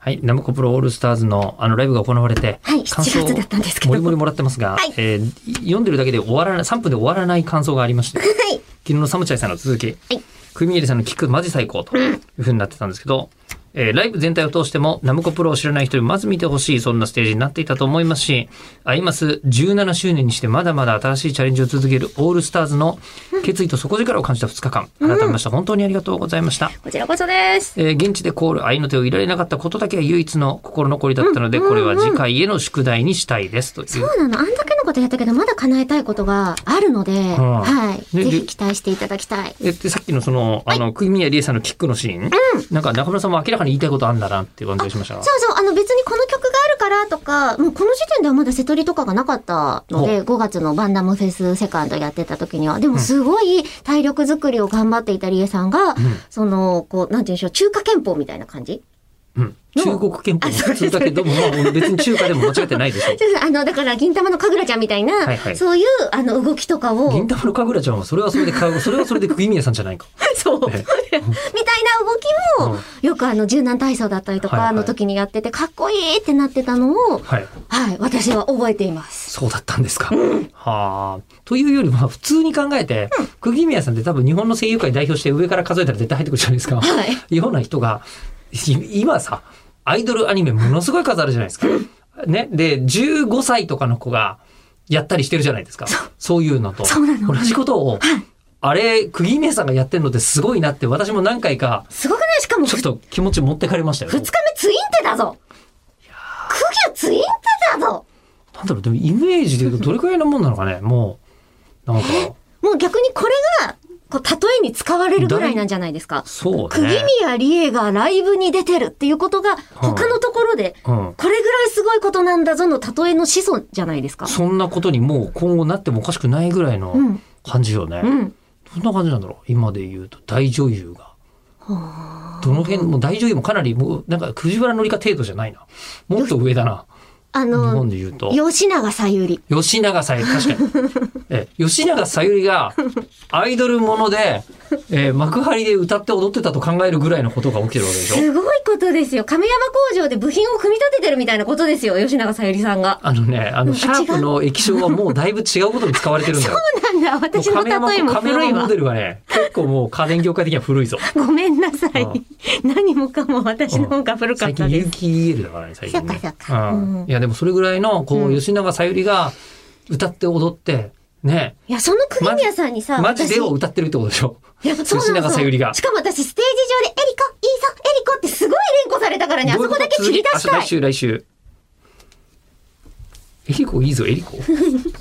はい、ナムコプロオールスターズのライブが行われて、 はい、7月だったんですけど、 もりもりもらってますが、はい、読んでるだけで終わらない、3分で終わらない感想がありまして、はい、昨日のサムチャイさんの続き、はい、クミエリさんのキックマジ最高というふうになってたんですけど、ライブ全体を通してもナムコプロを知らない人にまず見てほしい、そんなステージになっていたと思いますし、アイマス17周年にしてまだまだ新しいチャレンジを続けるオールスターズの決意と底力を感じた2日間、改めまして本当にありがとうございました。 こちらこそです。 現地でコール愛の手を入れられなかったことだけは唯一の心残りだったので、これは次回への宿題にしたいですという。 そうなの、あんだけのことやったけどまだ叶えたいことがあるので、はい、ぜひ期待していただきたい。 でさっきのクミヤリエさんのキックのシーン、なんか中村さんも明らかに言いたいことあんだなっていう感じがしましたが。 そうそう、別にこの曲があるからとか、もうこの時点ではまだ瀬戸りとかがなかったので、5月のバンダムフェスセカンドやってた時には、でもすごい体力作りを頑張っていたリエさんが、こう、なんていうんでしょう、中華憲法みたいな感じ、 中国憲法も普通だけども、別に中華でも間違ってないでしょ。 だから銀玉の神楽ちゃんみたいな、はいはい、そういう動きとかを。 銀玉の神楽ちゃんはそれはそれでクイミヤさんじゃないか。 そう。みたいな動きも、よく柔軟体操だったりとかの時にやってて、かっこいいってなってたのを、はい、はい、私は覚えています。 そうだったんですか。はあ。というよりも、普通に考えて、クイミヤさんって多分日本の声優界代表して上から数えたら絶対入ってくるじゃないですか。はい。ような人が、今さ、アイドルアニメものすごい数あるじゃないですか。ね。で、15歳とかの子がやったりしてるじゃないですか。そういうのと。 そうなの。 同じことを、あれ、クギメさんがやってるのってすごいなって私も何回か。 すごくない？しかも。 ちょっと気持ち持ってかれましたよ。 2日目ツインテだぞ。クギはツインテだぞ。 なんだろう、でもイメージで言うとどれくらいのもんなのかね。もう、なんか。 もう逆にこれが、例えに使われるぐらいなんじゃないですか。 そうね。 釘宮理恵がライブに出てるっていうことが他のところで、これぐらいすごいことなんだぞの例えの始祖じゃないですか。 そんなことにもう今後なってもおかしくないぐらいの感じよね。どんな感じなんだろう。今で言うと大女優が。どの辺、もう大女優もかなりもうなんか藤原紀香程度じゃないな。もっと上だな。日本で言うと。 吉永小百合。 吉永小百合、確かに。吉永小百合がアイドルもので、幕張で歌って踊ってたと考えるぐらいのことが起きてるわけでしょ。 すごいことですよ。亀山工場で部品を組み立ててるみたいなことですよ。吉永小百合さんが。 シャープの液晶はもうだいぶ違うことに使われてるんだよ。 そうなんだ。私の例えも古いわ。 亀山モデルはね、結構もう家電業界的には古いぞ。 ごめんなさい。何もかも私の方が古かったです。 最近有機 EL だからね、最近ね。 そうか。 いやでもそれぐらいの吉永小百合が歌って踊ってね。 いやその釘宮さんにさ、 マジでを歌ってるってことでしょ。 いやそう吉永小百合が。 しかも私ステージ上でエリコいいぞエリコってすごい連呼されたからね、あそこだけ切り出したい。 来週。エリコいいぞエリコ。